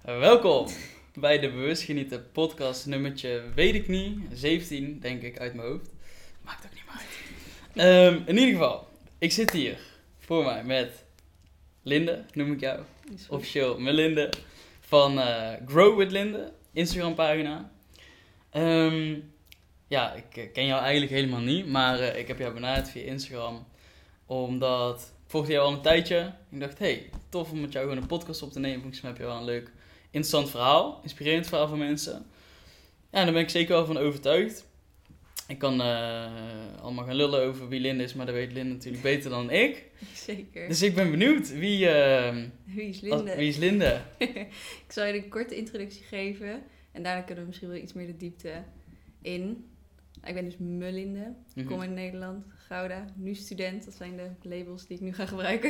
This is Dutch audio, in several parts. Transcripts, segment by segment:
Welkom bij de Bewust Genieten podcast nummertje, weet ik niet, 17 denk ik uit mijn hoofd. Maakt ook niet meer uit. In ieder geval, ik zit hier voor mij met Linde, noem ik jou, officieel Melinde, van Grow with Linde, Instagram pagina. Ja, ik ken jou eigenlijk helemaal niet, maar ik heb jou benaderd via Instagram, omdat ik volgde jou al een tijdje. Ik dacht, hey, tof om met jou gewoon een podcast op te nemen. Volgens mij heb je wel een leuk, interessant verhaal, inspirerend verhaal voor mensen. Ja, daar ben ik zeker wel van overtuigd. Ik kan allemaal gaan lullen over wie Linde is, maar dat weet Linde natuurlijk beter dan ik. Zeker. Dus ik ben benieuwd, wie is Linde? Wie is Linde? Ik zal je een korte introductie geven en daarna kunnen we misschien wel iets meer de diepte in. Ik ben dus Melinde, ik kom in Nederland, Gouda, nu student. Dat zijn de labels die ik nu ga gebruiken.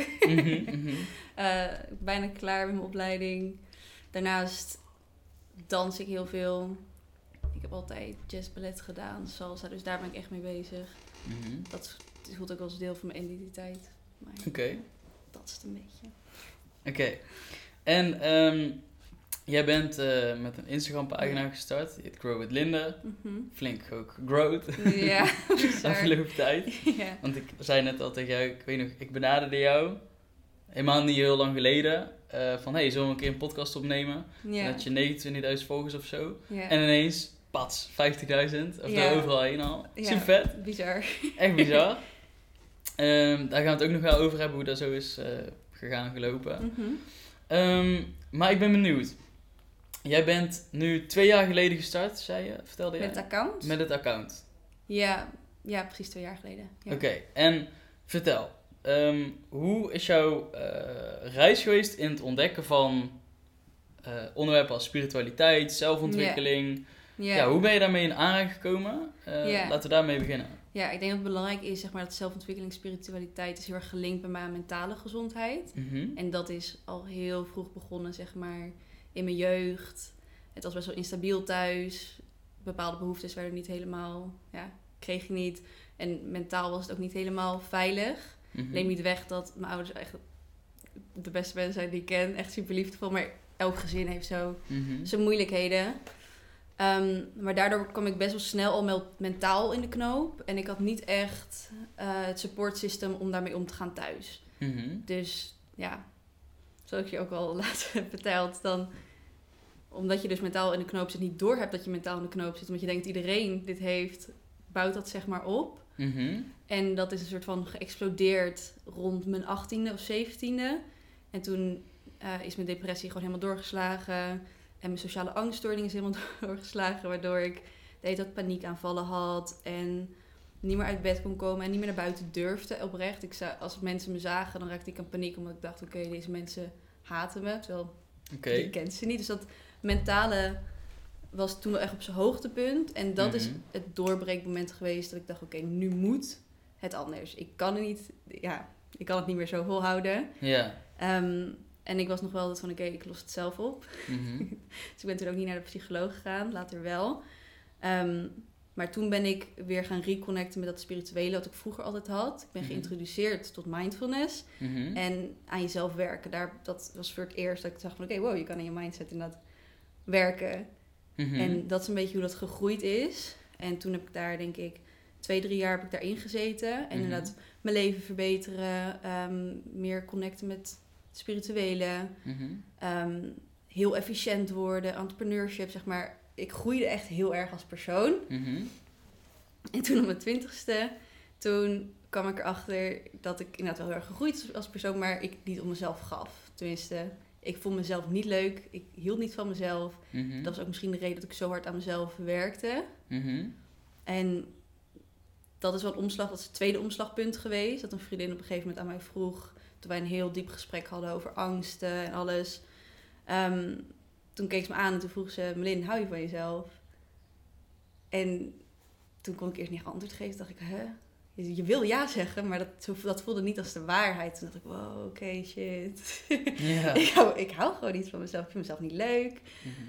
Bijna klaar met mijn opleiding. Daarnaast dans ik heel veel. Ik heb altijd jazzballet gedaan, salsa, dus daar ben ik echt mee bezig. Dat voelt ook als deel van mijn identiteit. Oké. Dat is het een beetje. Oké. En jij bent met een Instagram pagina gestart. Je heet Grow with Linde. Flink ook growth. Ja, afgelopen tijd. Ja. Want ik zei net al tegen jou, ik weet nog, ik benaderde jou helemaal niet heel lang geleden. Van hey, zullen we een keer een podcast opnemen? Ja. En dat je 29.000 volgers of zo. Ja. En ineens, pats, 50.000. Of daar overal heen al. Ja, super vet. Bizar. Echt bizar. Daar gaan we het ook nog wel over hebben hoe dat zo is gegaan, gelopen. Maar ik ben benieuwd. Jij bent nu 2 jaar geleden gestart, zei je? Vertelde jij? Met het account? Met het account. Ja, precies 2 jaar geleden. Ja. Oké, en vertel. Hoe is jouw reis geweest in het ontdekken van onderwerpen als spiritualiteit, zelfontwikkeling? Ja, hoe ben je daarmee in aanraking gekomen? Laten we daarmee beginnen. Ja, ik denk dat het belangrijk is, zeg maar, dat zelfontwikkeling, spiritualiteit is heel erg gelinkt bij mijn mentale gezondheid. En dat is al heel vroeg begonnen, zeg maar, in mijn jeugd. Het was best wel instabiel thuis. Bepaalde behoeftes werden niet helemaal, kreeg je niet. En mentaal was het ook niet helemaal veilig. Neem niet weg dat mijn ouders echt de beste mensen zijn die ik ken. Echt super liefdevol, maar elk gezin heeft zo zijn moeilijkheden. Maar daardoor kwam ik best wel snel al mentaal in de knoop. En ik had niet echt het support system om daarmee om te gaan thuis. Dus ja, zoals ik je ook al laatst heb verteld, dan omdat je dus mentaal in de knoop zit, niet doorhebt dat je mentaal in de knoop zit, omdat je denkt iedereen dit heeft, bouwt dat zeg maar op. En dat is een soort van geëxplodeerd rond mijn 18e of 17e. En toen is mijn depressie gewoon helemaal doorgeslagen. En mijn sociale angststoornis is helemaal doorgeslagen. Waardoor ik de hele tijd paniekaanvallen had. En niet meer uit bed kon komen. En niet meer naar buiten durfde, oprecht. Als mensen me zagen, dan raakte ik aan paniek. Omdat ik dacht, oké, deze mensen haten me. Terwijl ik kent ze niet. Dus dat mentale was toen wel echt op zijn hoogtepunt. En dat is het doorbreekmoment geweest. Dat ik dacht, oké, nu moet het anders. Ik kan het niet meer zo volhouden. En ik was nog wel dat van, oké, ik los het zelf op. Dus ik ben toen ook niet naar de psycholoog gegaan, later wel. Maar toen ben ik weer gaan reconnecten met dat spirituele wat ik vroeger altijd had. Ik ben geïntroduceerd tot mindfulness en aan jezelf werken. Dat was voor het eerst dat ik zag van, oké, wow, je kan in je mindset inderdaad werken. En dat is een beetje hoe dat gegroeid is. En toen heb ik daar, denk ik, 2-3 jaar heb ik daarin gezeten. En inderdaad mijn leven verbeteren, meer connecten met spirituele, heel efficiënt worden, entrepreneurship, zeg maar. Ik groeide echt heel erg als persoon. En toen op mijn 20ste, toen kwam ik erachter dat ik inderdaad wel heel erg gegroeid was als persoon, maar ik niet om mezelf gaf. Tenminste, ik vond mezelf niet leuk. Ik hield niet van mezelf. Dat was ook misschien de reden dat ik zo hard aan mezelf werkte. En dat is wel een omslag, dat is het tweede omslagpunt geweest. Dat een vriendin op een gegeven moment aan mij vroeg, toen wij een heel diep gesprek hadden over angsten en alles. Toen keek ze me aan en toen vroeg ze, Melin, hou je van jezelf? En toen kon ik eerst niet antwoord geven. Toen dacht ik, je wil ja zeggen, maar dat voelde niet als de waarheid. Toen dacht ik, wow, oké, shit. Ik hou gewoon niet van mezelf. Ik vind mezelf niet leuk.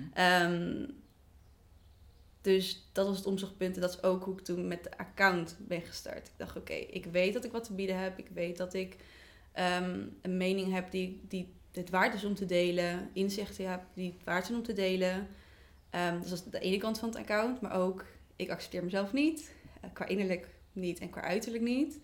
Dus dat was het omslagpunt. En dat is ook hoe ik toen met de account ben gestart. Ik dacht, oké, ik weet dat ik wat te bieden heb. Ik weet dat ik een mening heb die dit waard is om te delen. Inzichten heb die het waard zijn om te delen. Dus dat is de ene kant van het account. Maar ook, ik accepteer mezelf niet. Qua innerlijk niet en qua uiterlijk niet.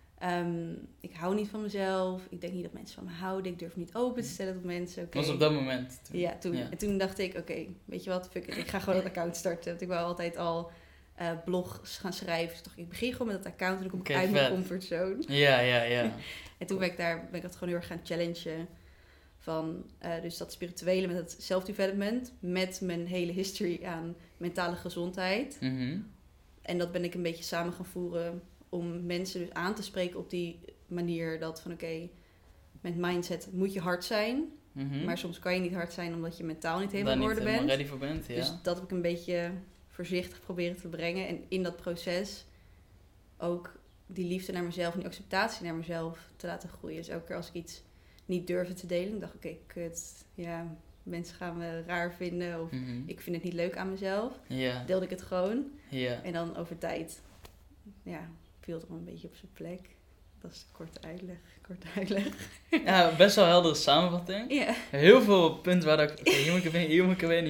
Ik hou niet van mezelf. Ik denk niet dat mensen van me houden. Ik durf niet open te stellen tot mensen. Okay. Was op dat moment? Toen. Ja, toen. Ja. En toen dacht ik, oké, weet je wat? Fuck it. Ik ga gewoon dat account starten. Want ik wou altijd al blogs gaan schrijven. Dus dacht ik begin gewoon met dat account. En dan kom ik uit mijn comfortzone. Ja. En toen ben ik dat gewoon heel erg gaan challengen. Van dus dat spirituele met het self-development. Met mijn hele history aan mentale gezondheid. Mm-hmm. En dat ben ik een beetje samen gaan voeren. Om mensen dus aan te spreken op die manier. Dat van oké, met mindset moet je hard zijn. Mm-hmm. Maar soms kan je niet hard zijn omdat je mentaal niet helemaal in orde bent. Ready voor bent, ja. Dus dat heb ik een beetje voorzichtig proberen te brengen. En in dat proces ook die liefde naar mezelf en die acceptatie naar mezelf te laten groeien. Dus elke keer als ik iets niet durfde te delen, ik dacht oké, kut. Ja, mensen gaan me raar vinden of ik vind het niet leuk aan mezelf. Yeah. Deelde ik het gewoon. Yeah. En dan over tijd, viel het allemaal een beetje op zijn plek. Dat is de korte uitleg. Ja, best wel heldere samenvatting. Ja. Heel veel punten waar ik... hier moet ik weer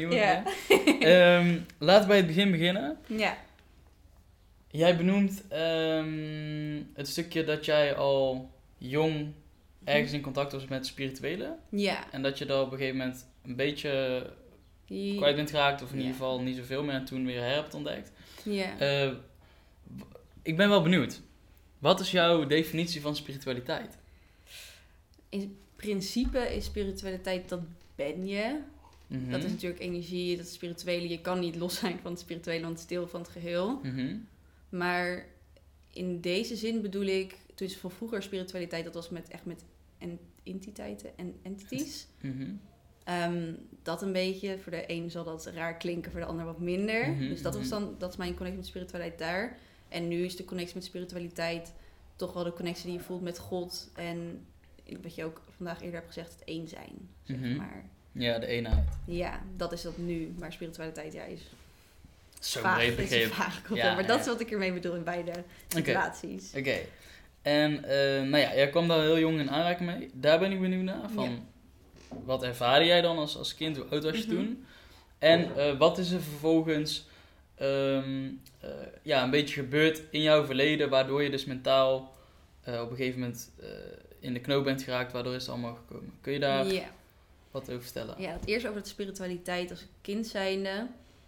in. Laten we bij het begin beginnen. Ja. Jij benoemt het stukje dat jij al jong ergens in contact was met spirituele. Ja. En dat je daar op een gegeven moment een beetje kwijt bent geraakt. Of in ieder geval niet zoveel meer en toen weer hebt ontdekt. Ja. Ik ben wel benieuwd. Wat is jouw definitie van spiritualiteit? In principe is spiritualiteit, dat ben je. Mm-hmm. Dat is natuurlijk energie, dat is spirituele. Je kan niet los zijn van het spirituele, want het is deel van het geheel. Mm-hmm. Maar in deze zin bedoel ik, dus van vroeger spiritualiteit, dat was met entiteiten en entities. Mm-hmm. Dat een beetje, voor de een zal dat raar klinken, voor de ander wat minder. Mm-hmm. Dus dat is mijn connectie met spiritualiteit daar. En nu is de connectie met spiritualiteit toch wel de connectie die je voelt met God. En wat je ook vandaag eerder hebt gezegd, het één zijn, zeg maar. Ja, de eenheid. Ja, dat is dat nu. Maar spiritualiteit, is zo vaag. breed begrepen. Maar dat is wat ik ermee bedoel in beide situaties. Oké. En jij kwam daar heel jong in aanraking mee. Daar ben ik benieuwd naar. Wat ervaarde jij dan als kind? Hoe oud was je toen? En wat is er vervolgens een beetje gebeurd in jouw verleden, waardoor je dus mentaal op een gegeven moment in de knoop bent geraakt, waardoor is het allemaal gekomen? Kun je daar wat over vertellen? Ja, het eerst over de spiritualiteit als kind zijnde.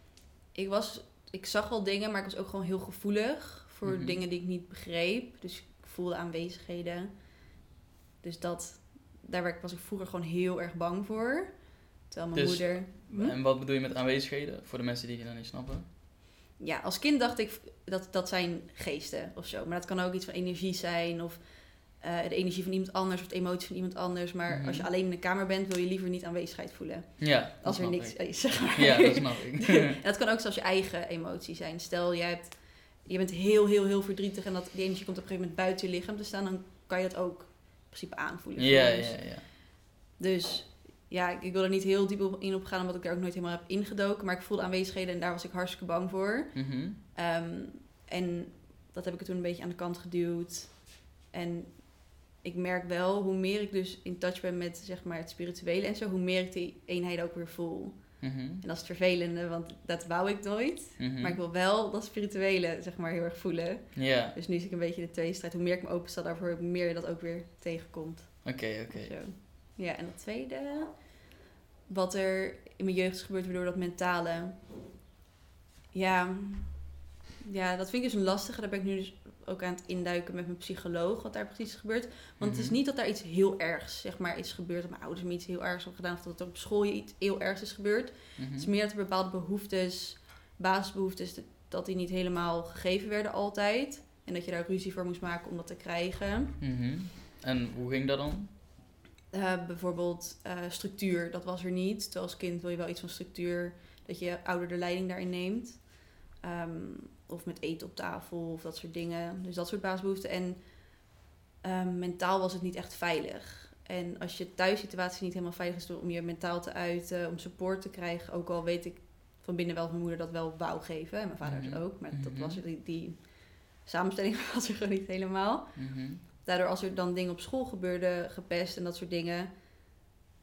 Ik zag wel dingen, maar ik was ook gewoon heel gevoelig voor dingen die ik niet begreep. Dus ik voelde aanwezigheden. Dus daar was ik vroeger gewoon heel erg bang voor. Terwijl mijn moeder... En wat bedoel je met aanwezigheden? Voor de mensen die je dan niet snappen. Ja, als kind dacht ik dat zijn geesten of zo. Maar dat kan ook iets van energie zijn of de energie van iemand anders of de emotie van iemand anders. Maar als je alleen in de kamer bent, wil je liever niet aanwezigheid voelen. Ja, als er niks is, zeg maar. Ja, dat snap ik. Dat kan ook zelfs je eigen emotie zijn. Stel, je bent heel, heel, heel verdrietig en die energie komt op een gegeven moment buiten je lichaam te staan. Dan kan je dat ook in principe aanvoelen. Ja. Dus ik wil er niet heel diep in op gaan, omdat ik daar ook nooit helemaal heb ingedoken. Maar ik voelde aanwezigheden en daar was ik hartstikke bang voor. Mm-hmm. En dat heb ik toen een beetje aan de kant geduwd. En ik merk wel, hoe meer ik dus in touch ben met zeg maar het spirituele en zo, hoe meer ik die eenheid ook weer voel. Mm-hmm. En dat is het vervelende, want dat wou ik nooit. Mm-hmm. Maar ik wil wel dat spirituele zeg maar heel erg voelen. Yeah. Dus nu zie ik een beetje de tweestrijd. Hoe meer ik me openstel daarvoor, hoe meer je dat ook weer tegenkomt. Oké. Zo. Ja, en dat tweede, wat er in mijn jeugd is gebeurd, waardoor dat mentale... Ja, dat vind ik dus een lastige. Daar ben ik nu dus ook aan het induiken met mijn psycholoog, wat daar precies is gebeurd. Want het is niet dat daar iets heel ergs, zeg maar, is gebeurd. Dat mijn ouders me iets heel ergs hebben gedaan, of dat er op school iets heel ergs is gebeurd. Mm-hmm. Het is meer dat er bepaalde behoeftes, basisbehoeftes, dat die niet helemaal gegeven werden altijd. En dat je daar ruzie voor moest maken om dat te krijgen. Mm-hmm. En hoe ging dat dan? Bijvoorbeeld structuur, dat was er niet. Terwijl als kind wil je wel iets van structuur, dat je ouder de leiding daarin neemt. Of met eten op tafel of dat soort dingen. Dus dat soort basisbehoeften. En mentaal was het niet echt veilig. En als je thuissituatie niet helemaal veilig is om je mentaal te uiten, om support te krijgen. Ook al weet ik van binnen wel dat mijn moeder dat wel wou geven. En mijn vader dus ook. Maar dat was die samenstelling was er gewoon niet helemaal. Mm-hmm. Daardoor als er dan dingen op school gebeurden, gepest en dat soort dingen,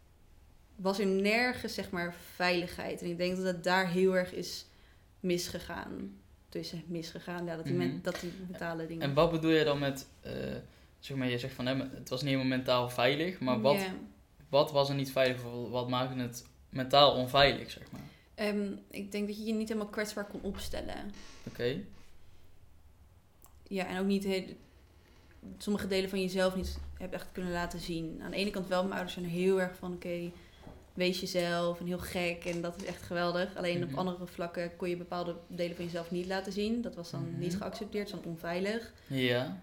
was er nergens, zeg maar, veiligheid. En ik denk dat het daar heel erg is misgegaan. Dat die mentale dingen... En wat bedoel je dan met, zeg maar, je zegt van, het was niet helemaal mentaal veilig, maar wat was er niet veilig voor? Wat maakte het mentaal onveilig, zeg maar? Ik denk dat je je niet helemaal kwetsbaar kon opstellen. Oké. Ja, en ook niet sommige delen van jezelf niet hebt echt kunnen laten zien. Aan de ene kant wel, mijn ouders zijn er heel erg van, oké, wees jezelf en heel gek en dat is echt geweldig. Alleen op andere vlakken kon je bepaalde delen van jezelf niet laten zien. Dat was dan niet geaccepteerd, dan onveilig. Ja.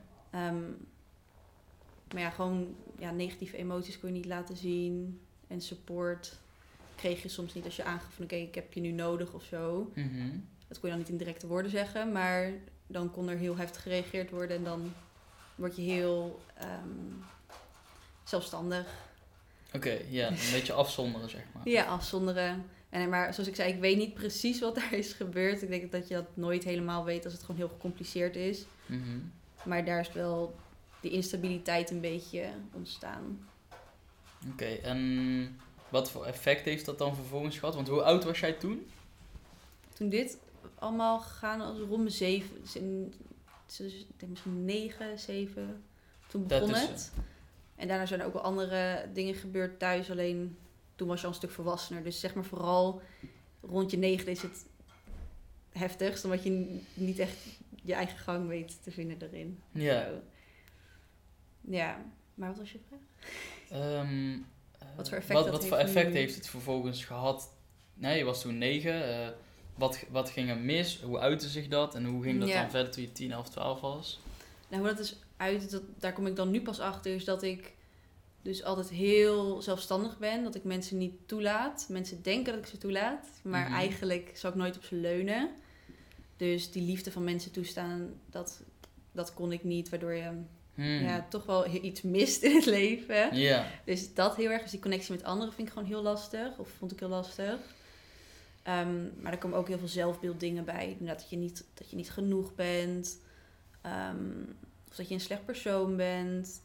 Maar ja, gewoon negatieve emoties kon je niet laten zien. En support kreeg je soms niet als je aangaf van, oké, ik heb je nu nodig of zo. Mm-hmm. Dat kon je dan niet in directe woorden zeggen, maar dan kon er heel heftig gereageerd worden en dan word je heel zelfstandig. Oké, een beetje afzonderen, zeg maar. Ja, afzonderen. Maar zoals ik zei, ik weet niet precies wat daar is gebeurd. Ik denk dat je dat nooit helemaal weet als het gewoon heel gecompliceerd is. Mm-hmm. Maar daar is wel die instabiliteit een beetje ontstaan. Oké, en wat voor effect heeft dat dan vervolgens gehad? Want hoe oud was jij toen? Toen dit allemaal gegaan was rond mijn 7, ik denk misschien 9, 7. Toen begon het. En daarna zijn er ook wel andere dingen gebeurd thuis. Alleen toen was je al een stuk volwassener. Dus zeg maar vooral rond je 9 is het heftigst. Omdat je niet echt je eigen gang weet te vinden erin. Ja. Zo. Ja, maar wat was je vraag? Wat voor effect heeft het vervolgens gehad? Nee, je was toen 9. Wat ging er mis? Hoe uitte zich dat? En hoe ging dat dan verder toen je 10, 11, 12 was? Nou, hoe dat is uit, daar kom ik dan nu pas achter, is dat ik dus altijd heel zelfstandig ben. Dat ik mensen niet toelaat. Mensen denken dat ik ze toelaat, maar eigenlijk zal ik nooit op ze leunen. Dus die liefde van mensen toestaan, dat kon ik niet, waardoor je toch wel iets mist in het leven. Yeah. Dus dat heel erg. Dus die connectie met anderen vind ik gewoon heel lastig. Of vond ik heel lastig. Maar er komen ook heel veel zelfbeelddingen bij. Inderdaad, dat je niet genoeg bent. Of dat je een slecht persoon bent.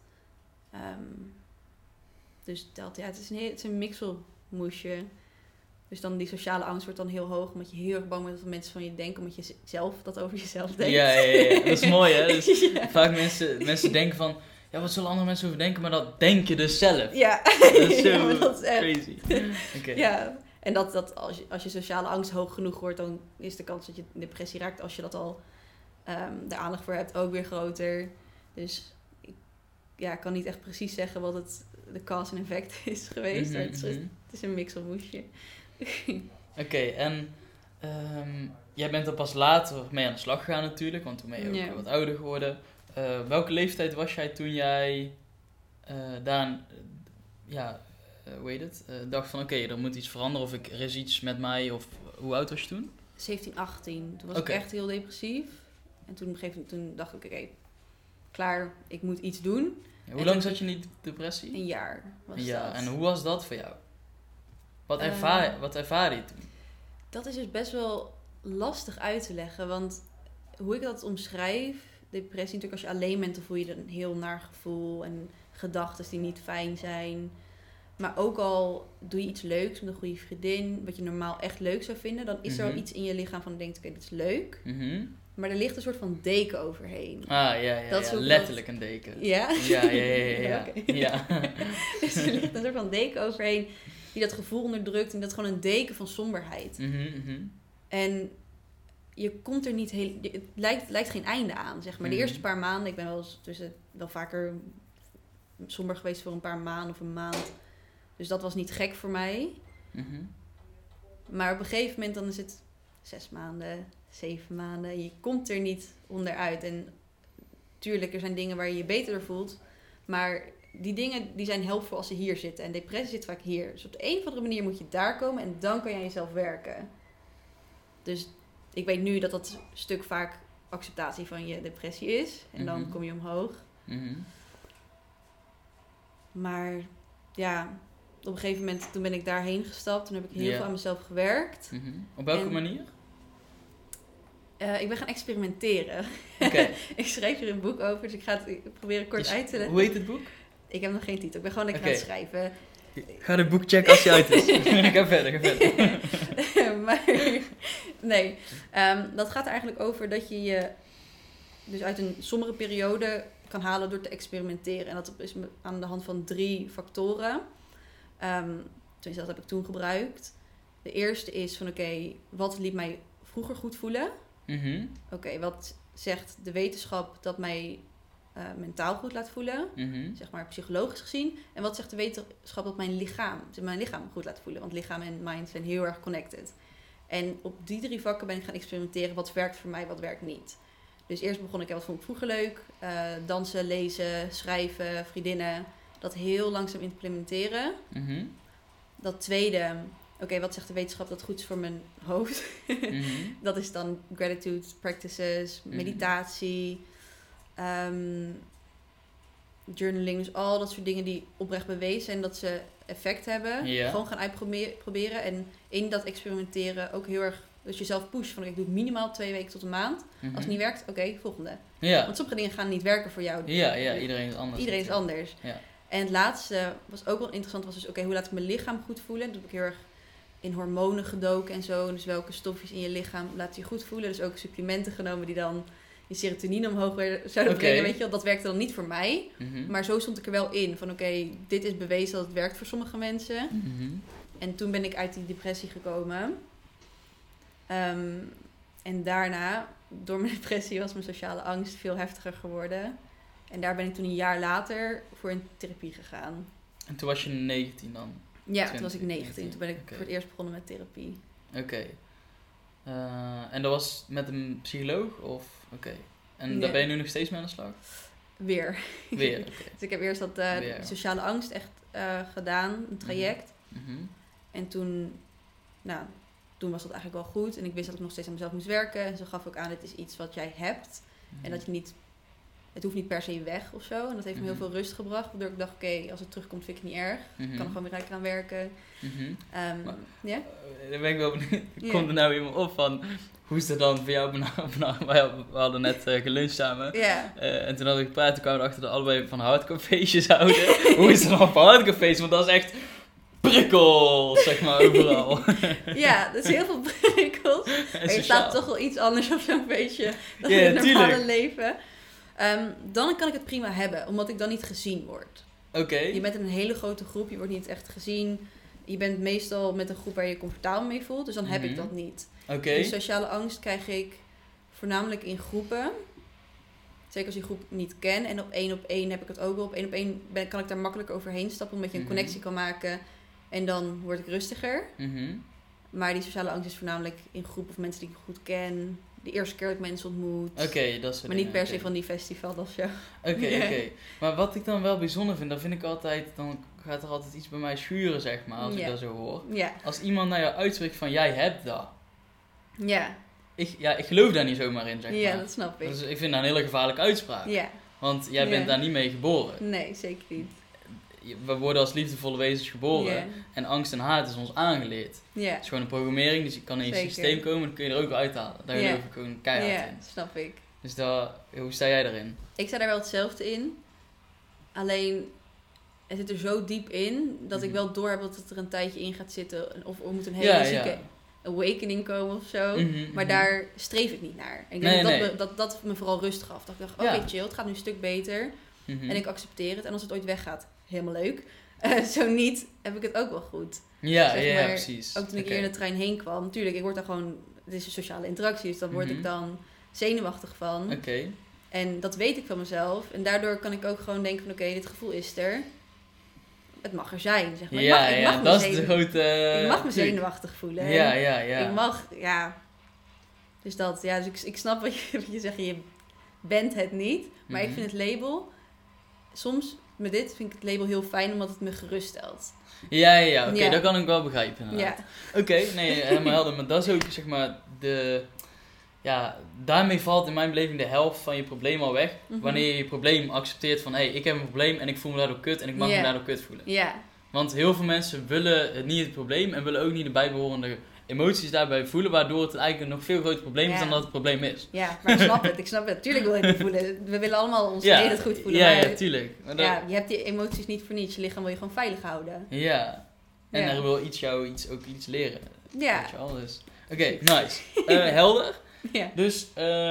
Dus dat, het is een mixelmoesje. Dus dan die sociale angst wordt dan heel hoog. Omdat je heel erg bang bent wat mensen van je denken. Omdat je zelf dat over jezelf denkt. Ja. Dat is mooi, hè? Dus vaak mensen denken van... Ja, wat zullen andere mensen over denken? Maar dat denk je dus zelf. Ja. Dat is zo dat is echt crazy. Okay. Ja. En dat als je sociale angst hoog genoeg wordt... dan is de kans dat je in depressie raakt... als je dat al de aandacht voor hebt, ook weer groter. Dus ik kan niet echt precies zeggen... wat de cause en effect is geweest. Het is een mixelmoesje. Oké, en jij bent er pas later mee aan de slag gegaan natuurlijk, want toen ben je ook wat ouder geworden. Welke leeftijd was jij toen jij dacht van oké, er moet iets veranderen of er is iets met mij, of hoe oud was je toen? 17, 18. Toen was ik echt heel depressief. En toen op een gegeven moment dacht ik, oké, klaar, ik moet iets doen. Ja, hoe lang zat je in die depressie? Een jaar was dat. En hoe was dat voor jou? Wat ervaar je toen? Dat is dus best wel lastig uit te leggen. Want hoe ik dat omschrijf... Depressie natuurlijk, als je alleen bent... dan voel je een heel naar gevoel... en gedachten die niet fijn zijn. Maar ook al doe je iets leuks met een goede vriendin... wat je normaal echt leuk zou vinden... dan is er al iets in je lichaam van je denkt... oké, dit is leuk. Maar er ligt een soort van deken overheen. Letterlijk een deken. Ja? Ja. Ja. Dus er ligt een soort van deken overheen... die dat gevoel onderdrukt... en dat is gewoon een deken van somberheid. En je komt er niet heel... Het lijkt geen einde aan, zeg maar. De eerste paar maanden... Ik ben wel vaker somber geweest voor een paar maanden of een maand. Dus dat was niet gek voor mij. Maar op een gegeven moment dan is het 6 maanden, 7 maanden. Je komt er niet onderuit. En tuurlijk, er zijn dingen waar je je beter door voelt. Maar die dingen die zijn helpvol als ze hier zitten. En depressie zit vaak hier. Dus op de een of andere manier moet je daar komen. En dan kan je aan jezelf werken. Dus ik weet nu dat dat stuk vaak acceptatie van je depressie is. En dan kom je omhoog. Maar ja, op een gegeven moment toen ben ik daarheen gestapt. Toen heb ik heel veel aan mezelf gewerkt. Op welke manier? Ik ben gaan experimenteren. Okay. Ik schreef er een boek over, dus ik ga het proberen kort uit te leggen. Hoe heet het boek? Ik heb nog geen titel. Ik ben gewoon lekker aan het schrijven. Ga het boek checken als hij uit is. Ga verder. Maar nee, dat gaat er eigenlijk over dat je je dus uit een sombere periode kan halen door te experimenteren. En dat is aan de hand van 3 factoren. Tenminste, dat heb ik toen gebruikt. De eerste is van oké, wat liet mij vroeger goed voelen? Mm-hmm. Oké, wat zegt de wetenschap dat mij mentaal goed laat voelen? Mm-hmm. Zeg maar psychologisch gezien. En wat zegt de wetenschap dat mijn lichaam goed laat voelen? Want lichaam en mind zijn heel erg connected. En op die 3 vakken ben ik gaan experimenteren. Wat werkt voor mij, wat werkt niet. Dus eerst begon ik, wat vond ik vroeger leuk? Dansen, lezen, schrijven, vriendinnen. Dat heel langzaam implementeren. Mm-hmm. Dat tweede, oké, wat zegt de wetenschap dat goed is voor mijn hoofd? Mm-hmm. Dat is dan gratitude practices, meditatie, journaling. Dus al dat soort dingen die oprecht bewezen zijn dat ze effect hebben. Ja. Gewoon gaan uitproberen. En in dat experimenteren ook heel erg dus jezelf pushen. Van ik doe het minimaal 2 weken tot een maand. Mm-hmm. Als het niet werkt, oké, volgende. Ja. Want sommige dingen gaan niet werken voor jou. Ja, iedereen is anders. Iedereen is anders. Ja. En het laatste was ook wel interessant. Was dus oké, hoe laat ik mijn lichaam goed voelen? Dat heb ik heel erg in hormonen gedoken en zo. Dus welke stofjes in je lichaam laten je goed voelen. Dus ook supplementen genomen die dan je serotonine omhoog zouden brengen. Weet je wel, dat werkte dan niet voor mij. Mm-hmm. Maar zo stond ik er wel in. Van oké, dit is bewezen dat het werkt voor sommige mensen. Mm-hmm. En toen ben ik uit die depressie gekomen. En daarna, door mijn depressie, was mijn sociale angst veel heftiger geworden. En daar ben ik toen een jaar later voor in therapie gegaan. En toen was je 19 dan? Ja, toen was ik 19. Toen ben ik Okay. voor het eerst begonnen met therapie. Oké. En dat was met een psycholoog? Of oké. En Nee. daar ben je nu nog steeds mee aan de slag? Weer. Weer, oké. Dus ik heb eerst dat sociale angst echt gedaan, een traject. Mm-hmm. En toen was dat eigenlijk wel goed. En ik wist dat ik nog steeds aan mezelf moest werken. En ze gaf ook aan, dit is iets wat jij hebt. Mm-hmm. En dat je niet... Het hoeft niet per se weg of zo. En dat heeft me heel veel rust gebracht. Waardoor ik dacht, oké, als het terugkomt vind ik het niet erg. Ik kan er gewoon weer lekker aan werken. Mm-hmm. Ja? Dan ben ik wel benieuwd. Komt er nou iemand op van... Hoe is het dan voor jou? We hadden net geluncht samen. Ja. En toen had ik gepraat. Toen kwamen we erachter dat allebei van hardcore feestjes houden. Hoe is het dan voor hardcore feestjes? Want dat is echt... prikkels, zeg maar, overal. Ja, dat is heel veel prikkels. Maar je staat toch wel iets anders op zo'n feestje dan in het normale leven. Dan kan ik het prima hebben, omdat ik dan niet gezien word. Oké. Je bent in een hele grote groep, je wordt niet echt gezien. Je bent meestal met een groep waar je je comfortabel mee voelt, dus dan heb ik dat niet. Oké. Dus sociale angst krijg ik voornamelijk in groepen. Zeker als je groep niet ken. En op 1 heb ik het ook wel. Op 1 kan ik daar makkelijk overheen stappen, omdat je een connectie kan maken. En dan word ik rustiger. Mm-hmm. Maar die sociale angst is voornamelijk in groepen of mensen die ik goed ken. De eerste keer dat ik mensen ontmoet. Oké, dat is. Maar niet per se van die festivals of zo. Oké. Maar wat ik dan wel bijzonder vind, dan vind ik altijd, dan gaat er altijd iets bij mij schuren, zeg maar, als ik dat zo hoor. Ja. Als iemand naar jou uitspreekt van, jij hebt dat. Ja. Ik geloof daar niet zomaar in, zeg maar. Ja, dat snap ik. Dus ik vind dat een hele gevaarlijke uitspraak. Ja. Want jij bent daar niet mee geboren. Nee, zeker niet. We worden als liefdevolle wezens geboren. Yeah. En angst en haat is ons aangeleerd. Ja. Het is gewoon een programmering, dus je kan in je systeem komen en dan kun je er ook weer uithalen. Daar geloof ik gewoon keihard in. Ja, snap ik. Dus hoe sta jij daarin? Ik sta daar wel hetzelfde in. Alleen, het zit er zo diep in dat ik wel door heb dat het er een tijdje in gaat zitten. Of er moet een hele zieke awakening komen of zo. Maar daar streef ik niet naar. En ik denk dat het me vooral rust gaf. Dat ik dacht, oké, chill, het gaat nu een stuk beter. En ik accepteer het. En als het ooit weggaat, helemaal leuk. Zo niet, heb ik het ook wel goed. Ja, zeg maar, precies. Ook toen ik hier in de trein heen kwam. Natuurlijk, ik word daar gewoon... Het is een sociale interactie, dus daar word ik dan zenuwachtig van. Oké. En dat weet ik van mezelf. En daardoor kan ik ook gewoon denken van... Oké, dit gevoel is er. Het mag er zijn, zeg maar. Ik mag dat is de grote... Ik mag me zenuwachtig voelen. Ja. Ik mag, Dus dat, dus ik snap wat je zegt. Je bent het niet. Maar ik vind het label... Soms, met dit vind ik het label heel fijn, omdat het me geruststelt. Ja. Oké, dat kan ik wel begrijpen. Ja. Oké, nee, helemaal helder. Maar dat is ook, zeg maar, daarmee valt in mijn beleving de helft van je probleem al weg. Wanneer je je probleem accepteert van, ik heb een probleem en ik voel me daardoor kut en ik mag me daardoor kut voelen. Ja. Want heel veel mensen willen niet het probleem en willen ook niet de bijbehorende emoties daarbij voelen, waardoor het eigenlijk een nog veel groter probleem is dan dat het probleem is. Ja, maar ik snap het. Tuurlijk wil je het niet voelen. We willen allemaal ons het goed voelen. Ja, tuurlijk. Maar je hebt die emoties niet voor niets. Je lichaam wil je gewoon veilig houden. Ja. En er wil ook iets leren. Ja. Weet je wel, dus. Oké, nice. Helder. Ja. Dus,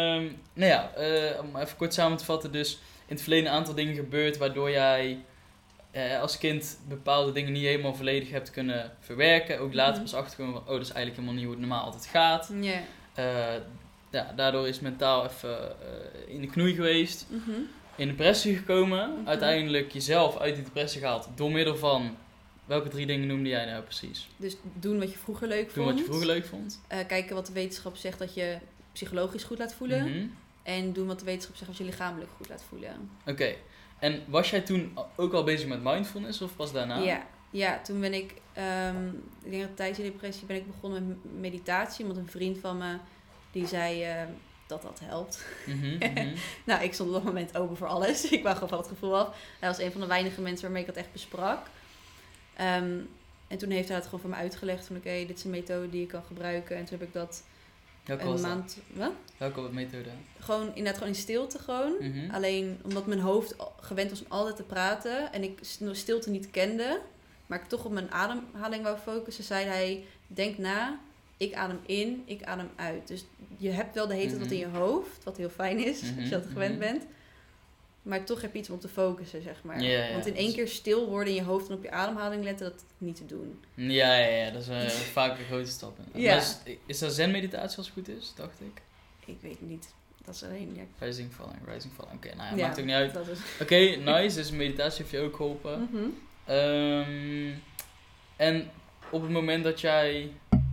om even kort samen te vatten. Dus in het verleden een aantal dingen gebeurd waardoor jij als kind bepaalde dingen niet helemaal volledig hebt kunnen verwerken. Ook later pas achterkomen van, dat is eigenlijk helemaal niet hoe het normaal altijd gaat. Ja. Daardoor is mentaal even in de knoei geweest. In depressie gekomen. Uiteindelijk jezelf uit die depressie gehaald door middel van... Welke 3 dingen noemde jij nou precies? Dus doen wat je vroeger leuk vond. Kijken wat de wetenschap zegt dat je psychologisch goed laat voelen. En doen wat de wetenschap zegt dat je lichamelijk goed laat voelen. Oké. En was jij toen ook al bezig met mindfulness of pas daarna? Ja, toen ben ik denk dat tijdens de depressie ben ik begonnen met meditatie. Want een vriend van me die zei dat helpt. Nou, ik stond op dat moment open voor alles. Ik wou gewoon van het gevoel af. Hij was een van de weinige mensen waarmee ik dat echt besprak. En toen heeft hij het gewoon voor me uitgelegd van oké, dit is een methode die je kan gebruiken. En toen heb ik dat een maand... Wat? Welke methode? Gewoon in stilte gewoon. Alleen omdat mijn hoofd gewend was om altijd te praten en ik stilte niet kende, maar ik toch op mijn ademhaling wou focussen, zei hij, denk na, ik adem in, ik adem uit. Dus je hebt wel de hele tijd wat in je hoofd, wat heel fijn is, als je dat gewend bent. Maar toch heb je iets om op te focussen, zeg maar. Ja. Want in één keer stil worden in je hoofd en op je ademhaling letten, dat niet te doen. Ja, dat is vaak een grote stap. Ja. Maar is dat zen-meditatie als het goed is, dacht ik? Ik weet niet. Dat is alleen... Ja. Rising, falling. Oké, maakt ook niet uit. Is... Oké, nice. Dus meditatie heeft je ook geholpen. En op het moment dat jij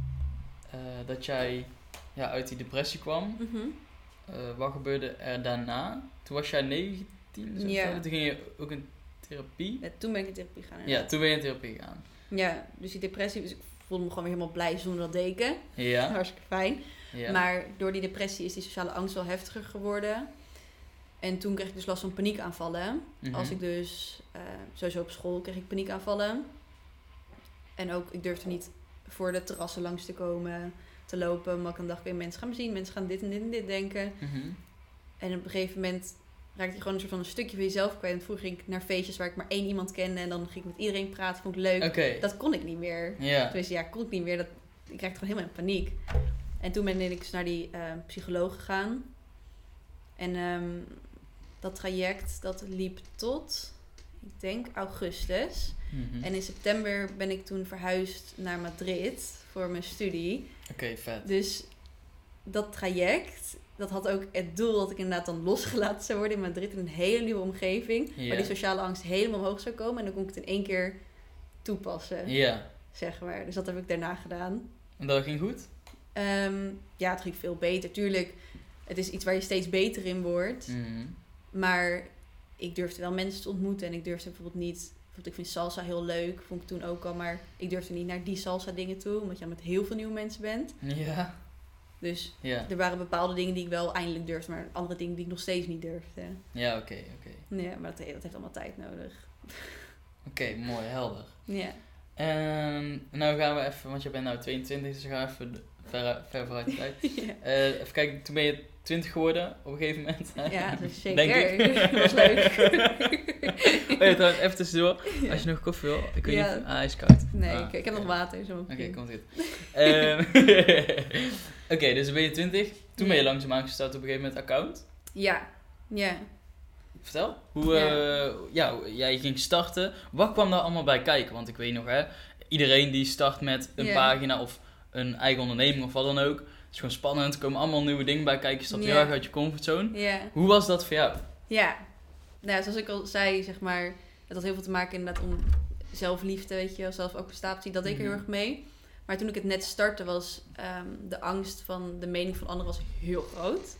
uit die depressie kwam, wat gebeurde er daarna? Toen was jij 19, toen ging je ook in therapie? Ja, toen ben ik in therapie gegaan. Ja, toen ben je in therapie gegaan. Ja, dus die depressie, dus ik voelde me gewoon weer helemaal blij zonder dat deken. Ja. Hartstikke fijn. Ja. Maar door die depressie is die sociale angst wel heftiger geworden. En toen kreeg ik dus last van paniekaanvallen. Als ik dus, sowieso op school kreeg ik paniekaanvallen. En ook, ik durfde niet voor de terrassen langs te komen, te lopen. Omdat ik dan dacht, mensen gaan me zien, mensen gaan dit en dit en dit denken. En op een gegeven moment raakte je gewoon een soort van een stukje van jezelf kwijt. En vroeger ging ik naar feestjes waar ik maar 1 iemand kende. En dan ging ik met iedereen praten, vond ik leuk. Okay. Dat kon ik niet meer. Ja. Dus kon ik niet meer. Ik raakte gewoon helemaal in paniek. En toen ben ik dus naar die psycholoog gegaan. En dat traject, dat liep tot, ik denk, augustus. En in september ben ik toen verhuisd naar Madrid voor mijn studie. Oké, vet. Dus dat traject, dat had ook het doel dat ik inderdaad dan losgelaten zou worden in Madrid in een hele nieuwe omgeving. Yeah. Waar die sociale angst helemaal omhoog zou komen. En dan kon ik het in 1 keer toepassen. Ja. Zeg maar. Dus dat heb ik daarna gedaan. En dat ging goed? Ja, het ging veel beter. Tuurlijk, het is iets waar je steeds beter in wordt. Maar ik durfde wel mensen te ontmoeten. En ik durfde bijvoorbeeld niet... Ik vind salsa heel leuk. Vond ik toen ook al. Maar ik durfde niet naar die salsa dingen toe. Omdat je met heel veel nieuwe mensen bent. Ja. Dus er waren bepaalde dingen die ik wel eindelijk durfde. Maar andere dingen die ik nog steeds niet durfde. Ja, oké. Ja, maar dat heeft allemaal tijd nodig. Oké, mooi. Helder. Ja. En nou gaan we even... Want je bent nou 22, dus we gaan even ver vooruit de tijd. Even kijken, toen ben je 20 geworden op een gegeven moment. Ja, dat is zeker. Denk ik. Dat was leuk. Trouwens, even tussendoor. Als je nog koffie wil. Ik weet niet. Hij is koud. Nee, ik heb nog water. Oké, komt goed. Oké, dus dan ben je 20. Toen ben je langzaamaan gestart op een gegeven moment account. Ja. Vertel. Je ging starten. Wat kwam daar allemaal bij kijken? Want ik weet nog, iedereen die start met een pagina of een eigen onderneming of wat dan ook. Het is gewoon spannend. Er komen allemaal nieuwe dingen bij kijken. Je stapt heel erg uit je comfortzone. Hoe was dat voor jou? Ja. Nou, zoals ik al zei, zeg maar, het had heel veel te maken inderdaad om zelfliefde, weet je, zelfacceptatie. Dat deed ik er heel erg mee. Maar toen ik het net startte was de angst van de mening van anderen was heel groot.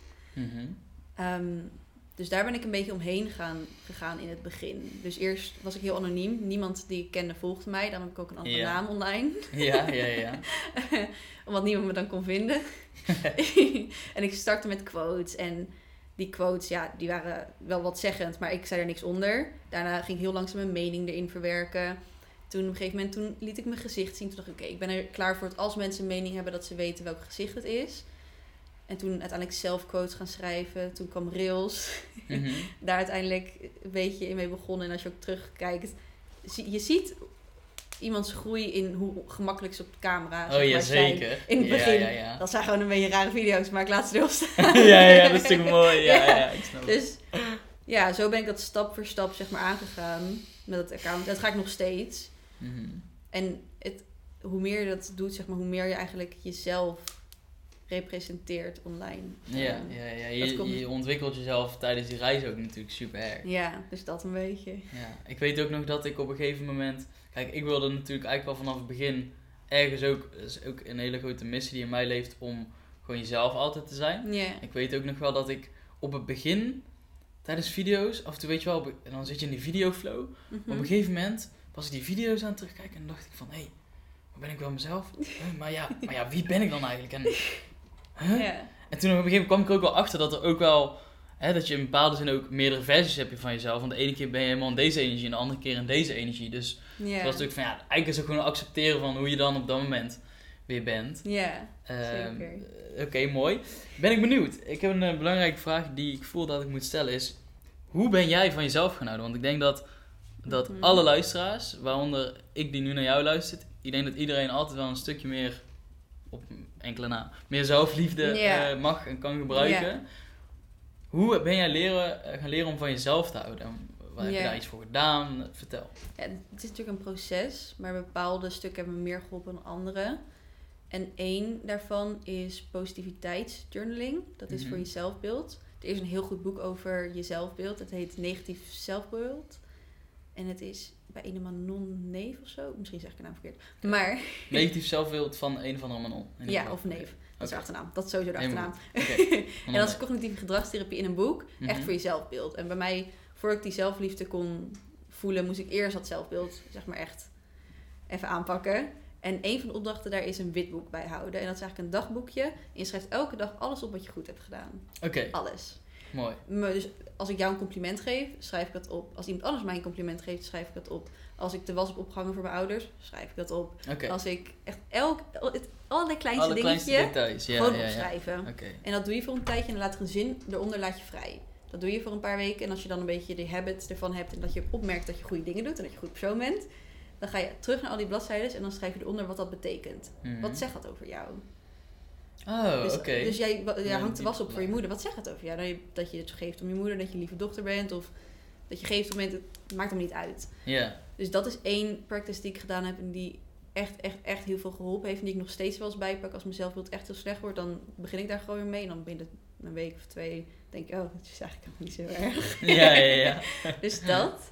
Dus daar ben ik een beetje omheen gegaan in het begin. Dus eerst was ik heel anoniem. Niemand die ik kende volgde mij. Dan heb ik ook een andere naam online. Ja. Omdat niemand me dan kon vinden. En ik startte met quotes. En die quotes, die waren wel wat zeggend. Maar ik zei er niks onder. Daarna ging ik heel langzaam mijn mening erin verwerken. Toen op een gegeven moment liet ik mijn gezicht zien. Toen dacht ik, oké, ik ben er klaar voor het als mensen een mening hebben dat ze weten welk gezicht het is. En toen uiteindelijk zelf quotes gaan schrijven. Toen kwam Reels. Mm-hmm. Daar uiteindelijk een beetje in mee begonnen. En als je ook terugkijkt, je ziet iemands groei in hoe gemakkelijk ze op de camera ja, zeker. In het begin. Ja. Dat zijn gewoon een beetje rare video's, maar ik laat ze stilstaan. ja, dat is natuurlijk mooi. Ja, ik snap het. Dus ja, zo ben ik dat stap voor stap zeg maar aangegaan met het account. Dat ga ik nog steeds. Mm-hmm. En hoe meer je dat doet, zeg maar, hoe meer je eigenlijk jezelf representeert online. Ja. Je ontwikkelt jezelf tijdens die reis ook natuurlijk super erg. Ja, dus dat een beetje. Ja, ik weet ook nog dat ik op een gegeven moment... Kijk, ik wilde natuurlijk eigenlijk wel vanaf het begin ergens ook... Dat is ook een hele grote missie die in mij leeft om gewoon jezelf altijd te zijn. Ja. Ik weet ook nog wel dat ik op het begin, tijdens video's, af en toe weet je wel, dan zit je in die videoflow. Mm-hmm. Op een gegeven moment was ik die video's aan het terugkijken en dacht ik van, hé, waar ben ik wel mezelf? Maar ja, wie ben ik dan eigenlijk? En, Ja. en toen op een gegeven moment kwam ik er ook wel achter dat er ook wel, dat je in bepaalde zin ook meerdere versies hebt van jezelf. Want de ene keer ben je helemaal in deze energie en de andere keer in deze energie. Dus het was natuurlijk van, eigenlijk is het gewoon accepteren van hoe je dan op dat moment weer bent. Ja, zeker. Oké, mooi. Ben ik benieuwd. Ik heb een belangrijke vraag die ik voel dat ik moet stellen is... Hoe ben jij van jezelf gaan houden? Want ik denk dat alle luisteraars, waaronder ik die nu naar jou luistert... Ik denk dat iedereen altijd wel een stukje meer, op enkele naam, meer zelfliefde mag en kan gebruiken. Ja. Hoe ben jij gaan leren om van jezelf te houden? Waar heb je daar iets voor gedaan? Vertel. Ja, het is natuurlijk een proces, maar bepaalde stukken hebben me meer geholpen dan andere. En één daarvan is positiviteitsjournaling. Dat is voor je zelfbeeld. Er is een heel goed boek over je zelfbeeld. Het heet Negatief Zelfbeeld. En het is bij een Manon Neef of zo. Misschien zeg ik de naam verkeerd. Maar... Negatief zelfbeeld van een of andere Manon. Ja, of Neef. Dat is de achternaam. Dat is sowieso de achternaam. Okay. En dat is cognitieve gedragstherapie in een boek. Echt voor je zelfbeeld. En bij mij, voordat ik die zelfliefde kon voelen, moest ik eerst dat zelfbeeld, zeg maar, echt even aanpakken. En een van de opdrachten daar is een witboek bijhouden. En dat is eigenlijk een dagboekje. En je schrijft elke dag alles op wat je goed hebt gedaan. Oké. Alles. Mooi. Dus als ik jou een compliment geef, schrijf ik dat op. Als iemand anders mij een compliment geeft, schrijf ik dat op. Als ik de was heb opgehangen voor mijn ouders, schrijf ik dat op. Okay. Als ik echt alle kleinste details gewoon opschrijven. Okay. En dat doe je voor een tijdje en dan laat er een zin eronder laat je vrij. Dat doe je voor een paar weken. En als je dan een beetje de habits ervan hebt en dat je opmerkt dat je goede dingen doet en dat je een goed persoon bent, dan ga je terug naar al die bladzijden en dan schrijf je eronder wat dat betekent. Wat zegt dat over jou? Oh, dus, oké. Dus jij hangt de was op voor je moeder. Wat zegt dat over jou? Dat je het geeft om je moeder, dat je een lieve dochter bent of dat je geeft op het moment, het maakt hem niet uit. Yeah. Dus dat is één practice die ik gedaan heb en die echt heel veel geholpen heeft. En die ik nog steeds wel eens bijpak. Als mijn zelfbeeld echt heel slecht wordt, dan begin ik daar gewoon weer mee. En dan binnen een week of 2 denk ik, oh, dat is eigenlijk niet zo erg. Ja. Dus dat.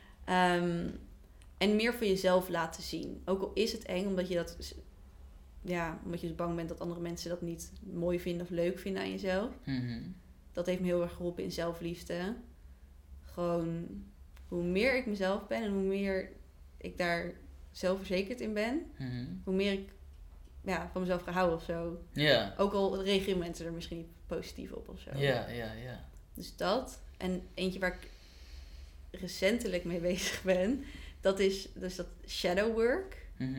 En meer voor jezelf laten zien. Ook al is het eng, omdat je omdat je dus bang bent dat andere mensen dat niet mooi vinden of leuk vinden aan jezelf. Mm-hmm. Dat heeft me heel erg geholpen in zelfliefde. Gewoon, hoe meer ik mezelf ben en hoe meer ik daar zelfverzekerd in ben, hoe meer ik van mezelf ga houden of zo. Yeah. Ook al reageren mensen er misschien niet positief op of zo. Ja. Dus dat. En eentje waar ik recentelijk mee bezig ben, dat is dus dat shadow work.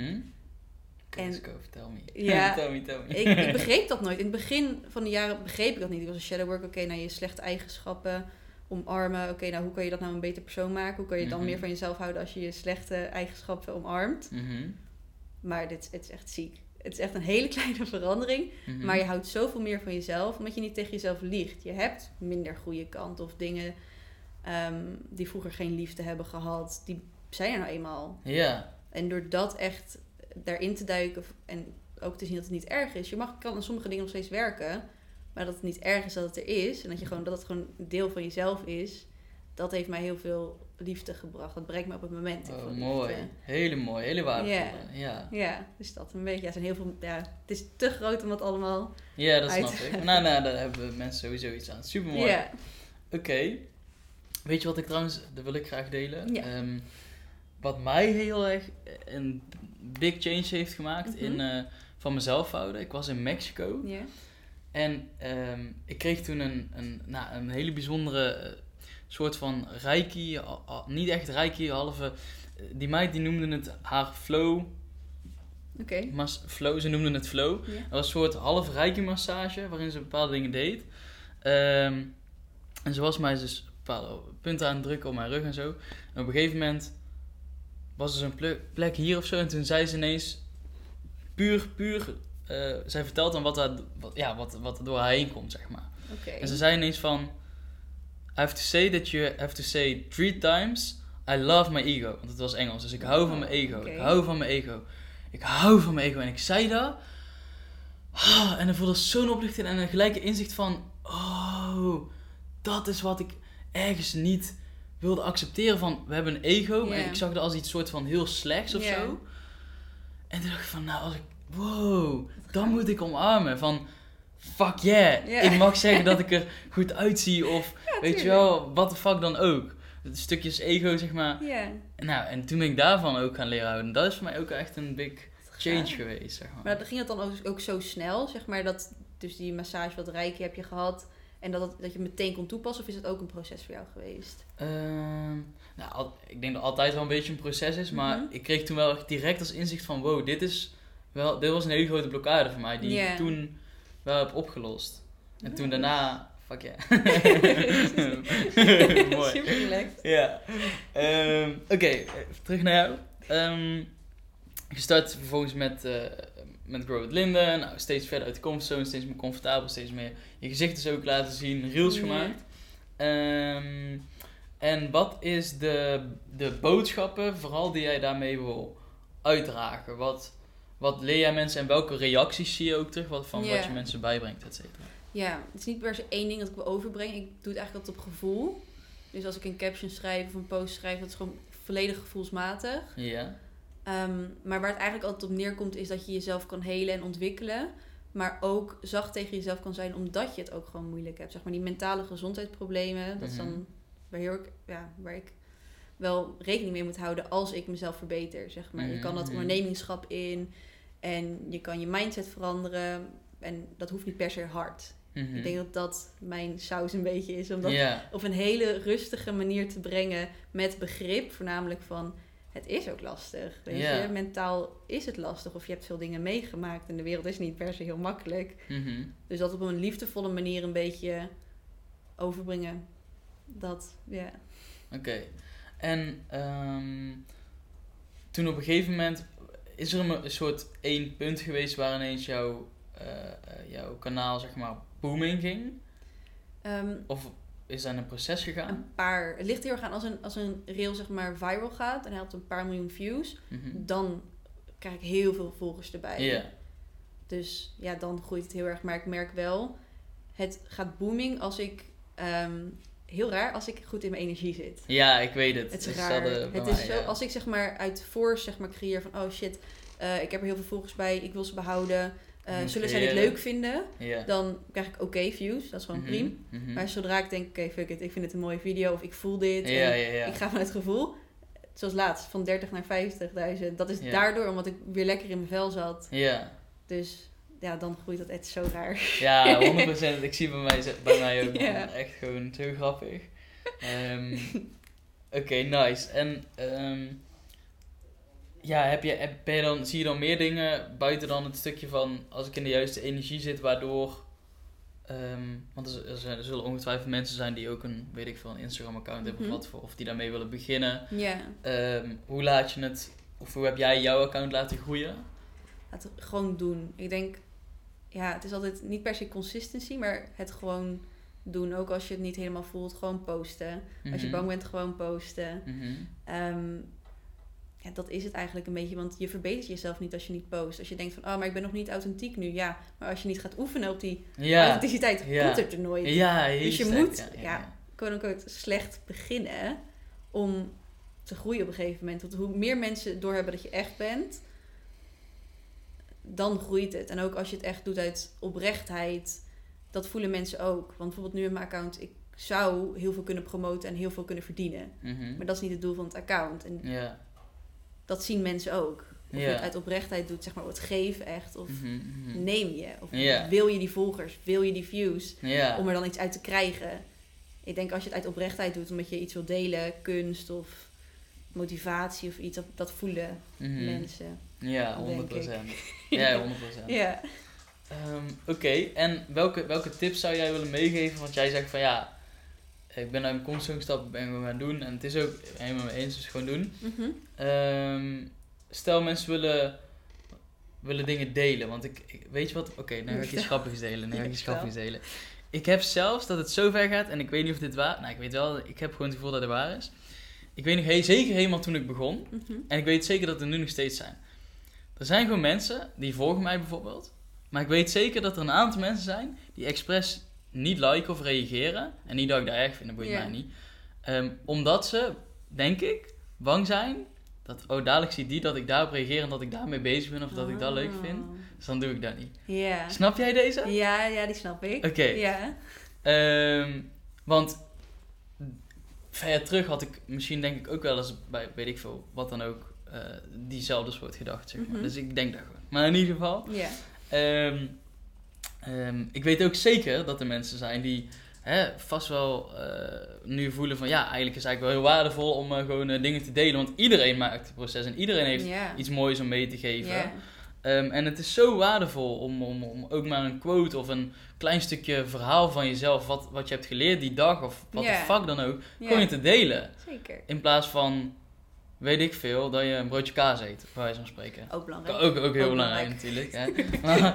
Vertel me. Ja, tell me. Ik begreep dat nooit. In het begin van de jaren begreep ik dat niet. Ik was een shadow work, oké, je slechte eigenschappen omarmen. Oké, hoe kan je dat nou een beter persoon maken? Hoe kan je dan meer van jezelf houden als je je slechte eigenschappen omarmt? Maar het is echt ziek. Het is echt een hele kleine verandering. Maar je houdt zoveel meer van jezelf, omdat je niet tegen jezelf liegt. Je hebt minder goede kanten of dingen die vroeger geen liefde hebben gehad. Die zijn er nou eenmaal. Ja. En door dat echt daarin te duiken en ook te zien dat het niet erg is. Kan aan sommige dingen nog steeds werken, maar dat het niet erg is dat het er is. En dat het gewoon een deel van jezelf is. Dat heeft mij heel veel liefde gebracht. Dat brengt me op het moment. Oh, mooi. Hele mooi. Hele waardevolle. Ja, dus dat een beetje. Ja, zijn heel veel, het is te groot om dat allemaal Ja, dat snap ik. Nou, daar hebben mensen sowieso iets aan. Super mooi. Ja. Oké. Weet je wat ik trouwens, dat wil ik graag delen. Ja. Wat mij heel erg een big change heeft gemaakt in van mezelf houden. Ik was in Mexico. Ja. En ik kreeg toen een hele bijzondere soort van reiki, niet echt reiki, halve die meid die noemde het haar flow. Oké. Flow, ze noemden het flow. Ja. Dat was een soort half reiki massage waarin ze bepaalde dingen deed. En ze was mij dus bepaalde punten aan het drukken op mijn rug en zo. En op een gegeven moment was er zo'n plek hier of zo. En toen zei ze ineens puur zij vertelt dan wat er door haar heen komt, zeg maar. Okay. En ze zei ineens van I have to say that you have to say 3 times I love my ego. Want het was Engels, dus ik hou van mijn ego. Okay. Ik hou van mijn ego. Ik hou van mijn ego. En ik zei dat. En dan voelde zo'n opluchting en een gelijke inzicht van oh, dat is wat ik ergens niet wilde accepteren van we hebben een ego. Maar ik zag dat als iets soort van heel slechts of zo. En toen dacht ik van nou, als ik wow, dan moet ik omarmen van fuck yeah. Ik mag zeggen dat ik er goed uitzie of weet je wel, what the fuck dan ook. Stukjes ego, zeg maar. Nou, en toen ben ik daarvan ook gaan leren houden. Dat is voor mij ook echt een big change geweest, zeg maar. Maar ging het dan ook zo snel, zeg maar, dat dus die massage wat reiki heb je gehad en dat je meteen kon toepassen, of is het ook een proces voor jou geweest? Nou, ik denk dat het altijd wel een beetje een proces is, maar ik kreeg toen wel direct als inzicht van wow, dit was een hele grote blokkade voor mij, die ik toen wel heb opgelost. En toen daarna, fuck yeah. Mooi. Super relaxed. Ja. Oké, terug naar jou. Gestart vervolgens met Grow with Linden. Nou, steeds verder uit de comfortzone, steeds meer comfortabel, steeds meer je gezicht is ook laten zien, reels gemaakt. En wat is de boodschappen, vooral die jij daarmee wil uitdragen? Wat leer jij mensen en welke reacties zie je ook terug? Wat je mensen bijbrengt, et cetera? Ja, het is niet per se één ding dat ik wil overbrengen. Ik doe het eigenlijk altijd op gevoel. Dus als ik een caption schrijf of een post schrijf, dat is gewoon volledig gevoelsmatig. Ja. Maar waar het eigenlijk altijd op neerkomt is dat je jezelf kan helen en ontwikkelen. Maar ook zacht tegen jezelf kan zijn omdat je het ook gewoon moeilijk hebt. Zeg maar die mentale gezondheidsproblemen. Dat is dan waar ik wel rekening mee moet houden als ik mezelf verbeter. Zeg maar. Je kan dat ondernemingschap in. En je kan je mindset veranderen. En dat hoeft niet per se hard. Ik denk dat dat mijn saus een beetje is. Om dat op een hele rustige manier te brengen met begrip. Voornamelijk van het is ook lastig. Weet je? Mentaal is het lastig. Of je hebt veel dingen meegemaakt. En de wereld is niet per se heel makkelijk. Dus dat op een liefdevolle manier een beetje overbrengen. Dat, Oké. En toen op een gegeven moment is er een soort één punt geweest waar ineens jouw kanaal, zeg maar, booming ging? Of is dat een proces gegaan? Een paar. Het ligt heel erg aan als een reel, zeg maar, viral gaat en hij hebt een paar miljoen views, dan krijg ik heel veel volgers erbij. Dus ja, dan groeit het heel erg. Maar ik merk wel, het gaat booming als ik heel raar als ik goed in mijn energie zit. Ja, ik weet het. Het is raar. Het is zo, als ik zeg maar uit force zeg maar creëer van oh shit, ik heb er heel veel volgers bij, ik wil ze behouden. Zullen zij dit leuk vinden? Dan krijg ik oké views. Dat is gewoon prima. Maar zodra ik denk, oké, fuck it, ik vind het een mooie video of ik voel dit. Ik ga vanuit het gevoel. Zoals laatst, van 30 naar 50.000. Dat is daardoor, omdat ik weer lekker in mijn vel zat. Dus ja, dan groeit dat echt zo raar. Ja, 100%. Ik zie bij mij ook echt gewoon zo grappig. Oké, nice. En zie je dan meer dingen buiten dan het stukje van als ik in de juiste energie zit, waardoor want er zullen ongetwijfeld mensen zijn die ook een Instagram-account hebben of wat voor, of die daarmee willen beginnen. Hoe laat je het, of hoe heb jij jouw account laten groeien? Laat het gewoon doen. Ik denk, het is altijd niet per se consistency, maar het gewoon doen. Ook als je het niet helemaal voelt, gewoon posten. Als je bang bent, gewoon posten. Dat is het eigenlijk een beetje, want je verbetert jezelf niet als je niet post. Als je denkt van, maar ik ben nog niet authentiek nu. Ja, maar als je niet gaat oefenen op die authenticiteit, komt het er nooit. Dus je moet, quote-unquote, slecht beginnen om te groeien op een gegeven moment. Want hoe meer mensen doorhebben dat je echt bent, dan groeit het. En ook als je het echt doet uit oprechtheid, dat voelen mensen ook. Want bijvoorbeeld nu in mijn account, ik zou heel veel kunnen promoten en heel veel kunnen verdienen. Maar dat is niet het doel van het account. En dat zien mensen ook. Of je het uit oprechtheid doet, zeg maar, het geven echt. Of neem je. Of wil je die volgers, wil je die views, om er dan iets uit te krijgen. Ik denk als je het uit oprechtheid doet, omdat je iets wil delen, kunst of motivatie of iets, dat voelen mensen. Ja, 100%. Ja, 100%. Ja. Oké, en welke tips zou jij willen meegeven? Want jij zegt van ja, ik ben naar mijn comfortzone gestapt, ben gewoon gaan doen. En het is ook helemaal mee eens, dus gewoon doen. Stel mensen willen dingen delen. Want ik weet je wat? Oké, dan ga ik iets grappigs delen. Ik heb zelfs dat het zo ver gaat, en ik weet niet of dit waar... Nou, ik weet wel, ik heb gewoon het gevoel dat het waar is. Ik weet nog zeker helemaal toen ik begon. En ik weet zeker dat er nu nog steeds zijn. Er zijn gewoon mensen, die volgen mij bijvoorbeeld. Maar ik weet zeker dat er een aantal mensen zijn die expres niet liken of reageren. En niet dat ik dat erg vind, dat boeit mij niet. Omdat ze, denk ik, bang zijn dat, dadelijk ziet die dat ik daarop reageer en dat ik daarmee bezig ben of dat ik dat leuk vind. Dus dan doe ik dat niet. Ja. Snap jij deze? Ja, die snap ik. Oké. Ja. Want 5 jaar terug had ik misschien denk ik ook wel eens bij, weet ik veel, wat dan ook, diezelfde soort gedachten, zeg maar. Dus ik denk dat gewoon. Maar in ieder geval. Ja. Ik weet ook zeker dat er mensen zijn die vast wel nu voelen van ja, eigenlijk is het eigenlijk wel heel waardevol om gewoon dingen te delen. Want iedereen maakt het proces en iedereen heeft iets moois om mee te geven. Yeah. En het is zo waardevol om ook maar een quote of een klein stukje verhaal van jezelf, wat je hebt geleerd die dag of wat de fuck dan ook, gewoon te delen. Zeker. In plaats van, weet ik veel, dat je een broodje kaas eet, bij wijze van spreken. Ook belangrijk. Ook heel belangrijk natuurlijk. Hè. Maar,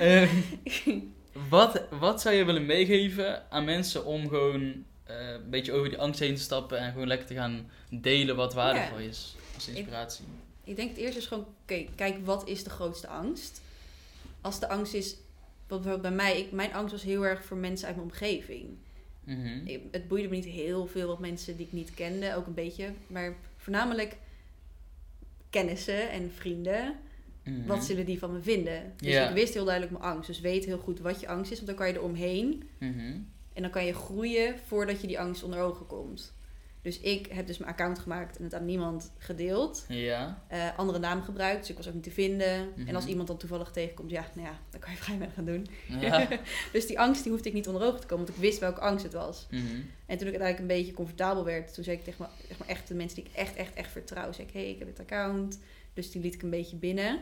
wat zou je willen meegeven aan mensen om gewoon een beetje over die angst heen te stappen en gewoon lekker te gaan delen wat waardevol is als inspiratie? Ik denk het eerste is gewoon, kijk, wat is de grootste angst? Als de angst is, bijvoorbeeld bij mij, mijn angst was heel erg voor mensen uit mijn omgeving. Het boeide me niet heel veel wat mensen die ik niet kende, ook een beetje, maar voornamelijk kennissen en vrienden. Wat zullen die van me vinden? Dus ik wist heel duidelijk mijn angst. Dus weet heel goed wat je angst is, want dan kan je er omheen. En dan kan je groeien voordat je die angst onder ogen komt. Dus ik heb dus mijn account gemaakt en het aan niemand gedeeld. Ja. Andere naam gebruikt, dus ik was ook niet te vinden. En als iemand dan toevallig tegenkomt, dan kan je vrij mee gaan doen. Ja. Dus die angst die hoefde ik niet onder ogen te komen, want ik wist welke angst het was. En toen ik uiteindelijk een beetje comfortabel werd, toen zei ik tegen maar echt de mensen die ik echt vertrouw, zei ik, hey, ik heb dit account. Dus die liet ik een beetje binnen.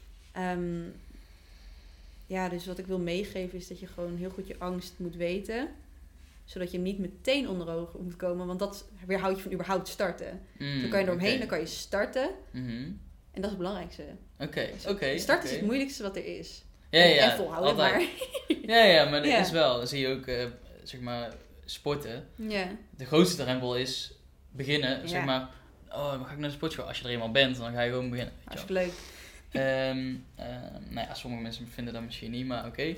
Dus wat ik wil meegeven is dat je gewoon heel goed je angst moet weten. Zodat je hem niet meteen onder ogen moet komen. Want dat weerhoudt je van überhaupt starten. Dan kan je eromheen, dan kan je starten. En dat is het belangrijkste. Oké. Starten is het moeilijkste wat er is. Ja, en volhouden, altijd. Maar dat is wel. Dan zie je ook, zeg maar, sporten. Ja. De grootste drempel is beginnen. Zeg maar, dan ga ik naar de sportschool. Als je er eenmaal bent, dan ga je gewoon beginnen. Hartstikke leuk. Sommige mensen vinden dat misschien niet, maar oké.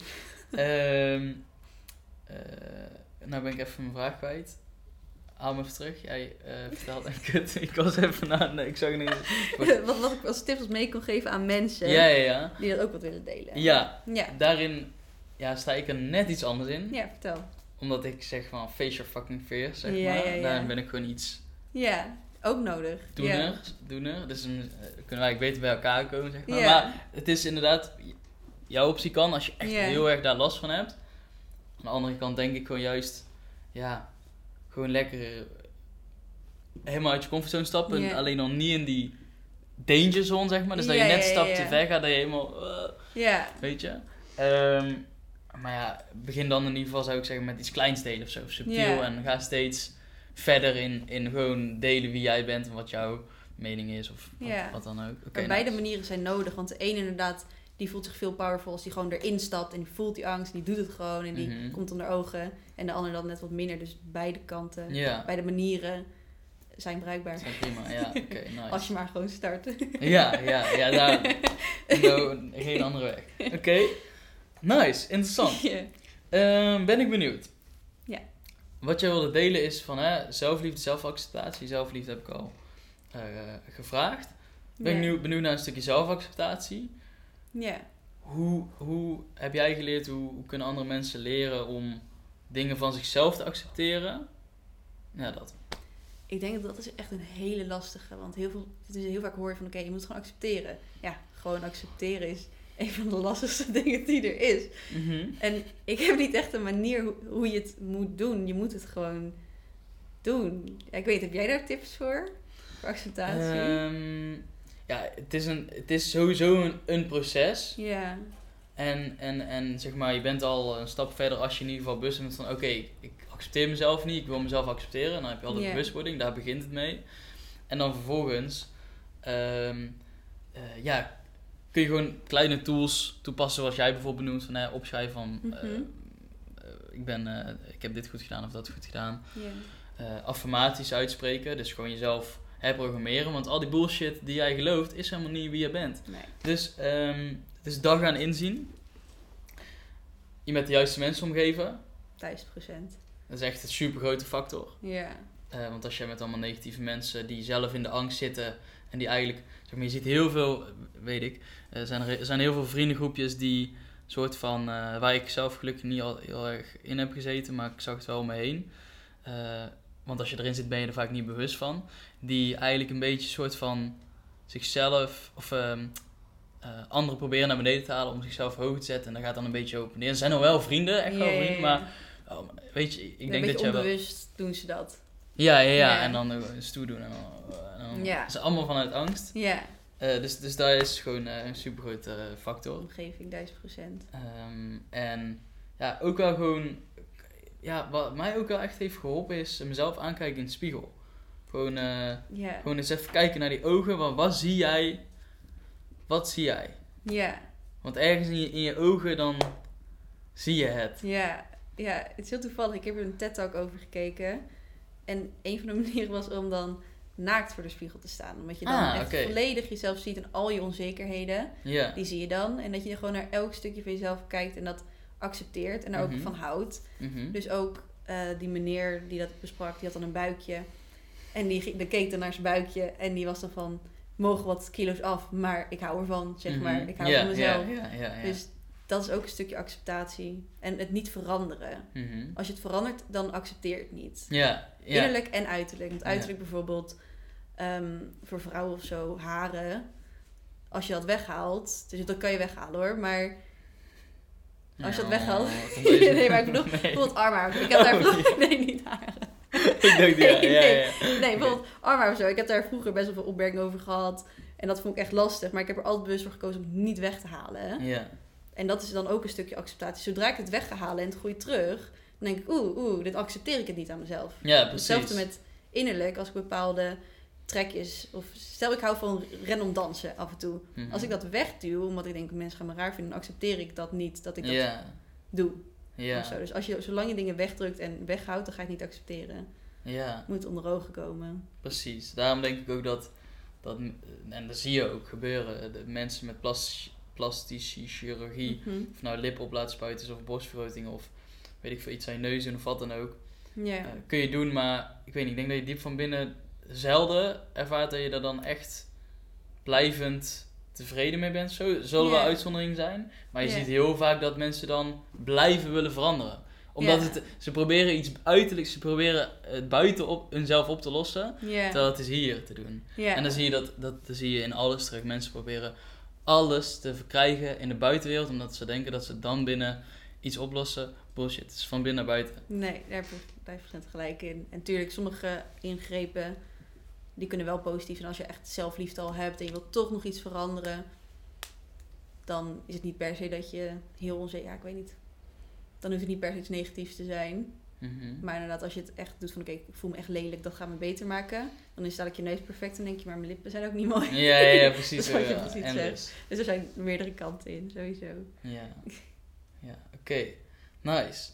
Nou ben ik even mijn vraag kwijt. Haal me even terug. Jij vertelde kut. Ik was even ik zag niet. Wat ik als tips mee kon geven aan mensen die dat ook wat willen delen. Ja. Daarin sta ik er net iets anders in. Ja, vertel. Omdat ik zeg van face your fucking fear, zeg maar. Daarin ben ik gewoon iets... Ja, ook nodig. Doener. Dus kunnen wij beter bij elkaar komen, zeg maar. Maar het is inderdaad... Jouw optie kan als je echt heel erg daar last van hebt. Aan de andere kant denk ik gewoon juist... gewoon lekker... helemaal uit je comfortzone stappen. En alleen nog niet in die danger zone, zeg maar. Dus dat je net een stap te ver gaat. Dat je helemaal... Weet je? Maar begin dan in ieder geval, zou ik zeggen, met iets kleins delen of zo. Subtiel. En ga steeds verder in gewoon delen wie jij bent en wat jouw mening is. Of wat dan ook. Maar beide manieren zijn nodig. Want de ene inderdaad... Die voelt zich veel powerful als die gewoon erin stapt. En die voelt die angst. En die doet het gewoon. En die komt onder ogen. En de ander dan net wat minder. Dus beide kanten. Beide manieren zijn bruikbaar. Zijn prima. Nice. Als je maar gewoon start. Daar. Geen andere weg. Oké. Nice. Interessant. Ben ik benieuwd. Ja. Wat jij wilde delen is van zelfliefde, zelfacceptatie. Zelfliefde heb ik al gevraagd. Ben ik benieuwd naar een stukje zelfacceptatie. Ja. Hoe heb jij geleerd, hoe kunnen andere mensen leren om dingen van zichzelf te accepteren? Ja, dat. Ik denk dat is echt een hele lastige. Want heel vaak hoor je van je moet het gewoon accepteren. Ja, gewoon accepteren is een van de lastigste dingen die er is. En ik heb niet echt een manier hoe je het moet doen. Je moet het gewoon doen. Ja, ik weet, heb jij daar tips voor? voor acceptatie? Ja, het is sowieso een proces. Ja. En zeg maar, je bent al een stap verder als je in ieder geval bewust bent van... Oké, ik accepteer mezelf niet, ik wil mezelf accepteren. Dan heb je al de bewustwording, daar begint het mee. En dan vervolgens... kun je gewoon kleine tools toepassen zoals jij bijvoorbeeld benoemt. Van opschrijven van... ik heb dit goed gedaan of dat goed gedaan. Affirmaties uitspreken. Dus gewoon jezelf herprogrammeren. Want al die bullshit die jij gelooft is helemaal niet wie je bent. Nee. Dus dag gaan inzien. Je met de juiste mensen omgeven. 1000%. Dat is echt een super grote factor. Ja. Want als je met allemaal negatieve mensen die zelf in de angst zitten... En die eigenlijk... Zeg maar, je ziet heel veel... Weet ik. Er zijn heel veel vriendengroepjes die... soort van... waar ik zelf gelukkig niet al heel erg in heb gezeten. Maar ik zag het wel om me heen. Want als je erin zit ben je er vaak niet bewust van. Die eigenlijk een beetje soort van... zichzelf... Of... anderen proberen naar beneden te halen om zichzelf hoog te zetten. En dan gaat dan een beetje open neer. Er zijn nog wel vrienden, echt wel vrienden. Maar weet je, ik denk dat je onbewust doen ze dat. Ja. En dan stoer doen. En dan ja. Dat is allemaal vanuit angst. Ja. Dus dat is gewoon een super grote factor. Omgeving, 1000%. En ja, ook wel gewoon... Ja, wat mij ook wel echt heeft geholpen is mezelf aankijken in de spiegel. Gewoon eens even kijken naar die ogen. Wat zie jij? Wat zie jij? Ja. Want ergens in je ogen dan zie je het. Ja, het is heel toevallig. Ik heb er een TED-talk over gekeken. En een van de manieren was om dan naakt voor de spiegel te staan. Omdat je dan echt volledig jezelf ziet en al je onzekerheden. Yeah. Die zie je dan. En dat je er gewoon naar elk stukje van jezelf kijkt en dat accepteert. En daar ook van houdt. Dus ook die meneer die dat besprak, die had dan een buikje. En die keek dan naar zijn buikje. En die was dan van... mogen wat kilo's af, maar ik hou ervan, zeg maar. Ik hou van mezelf. Ja. Dus dat is ook een stukje acceptatie. En het niet veranderen. Als je het verandert, dan accepteer het niet. Innerlijk en uiterlijk. Want uiterlijk bijvoorbeeld, voor vrouwen of zo, haren. Als je dat weghaalt, dus dat kan je weghalen hoor, maar... Als je dat weghaalt... nee, maar ik bedoel, bijvoorbeeld armharen. Ik heb daar... nee, niet haren. Ik dacht, Nee, bijvoorbeeld armhaar of zo. Ik heb daar vroeger best wel veel opmerkingen over gehad. En dat vond ik echt lastig. Maar ik heb er altijd bewust voor gekozen om het niet weg te halen. Ja. En dat is dan ook een stukje acceptatie. Zodra ik het weg ga halen en het groeit terug... dan denk ik, dit accepteer ik het niet aan mezelf. Ja, precies. Hetzelfde met innerlijk. Als ik bepaalde trekjes... of stel ik hou van random dansen af en toe. Als ik dat wegduw, omdat ik denk... mensen gaan me raar vinden... dan accepteer ik dat niet, dat ik dat doe. Ja. Dus zolang je dingen wegdrukt en weghoudt, dan ga je het niet accepteren. Ja. Moet onder ogen komen. Precies. Daarom denk ik ook dat en dat zie je ook gebeuren, de mensen met plastische chirurgie, of nou lip op laten spuiten of borstvergrotingen of weet ik veel, iets aan je neus doen of wat dan ook. Kun je doen, maar ik weet niet, ik denk dat je diep van binnen zelden ervaart dat je er dan echt blijvend tevreden mee bent. Zo zullen wel uitzonderingen zijn. Maar je ziet heel vaak dat mensen dan blijven willen veranderen. Omdat ze proberen iets uiterlijks, ze proberen het buiten op hunzelf op te lossen. Terwijl het is hier te doen. En dan zie je dat zie je in alles terug. Mensen proberen alles te verkrijgen in de buitenwereld. Omdat ze denken dat ze dan binnen iets oplossen. Bullshit, het is van binnen naar buiten. Nee, daar heb je 5% gelijk in. En natuurlijk, sommige ingrepen... die kunnen wel positief zijn als je echt zelfliefde al hebt en je wilt toch nog iets veranderen. Dan is het niet per se dat je heel onzeker... Ja, ik weet niet. Dan hoeft het niet per se iets negatiefs te zijn. Maar inderdaad, als je het echt doet van... oké, ik voel me echt lelijk, dat gaat me beter maken. Dan is dadelijk je neus perfect en denk je... maar mijn lippen zijn ook niet mooi. Ja, precies. Dat is wat je precies zegt. Dus er zijn meerdere kanten in, sowieso. Ja, oké. Nice.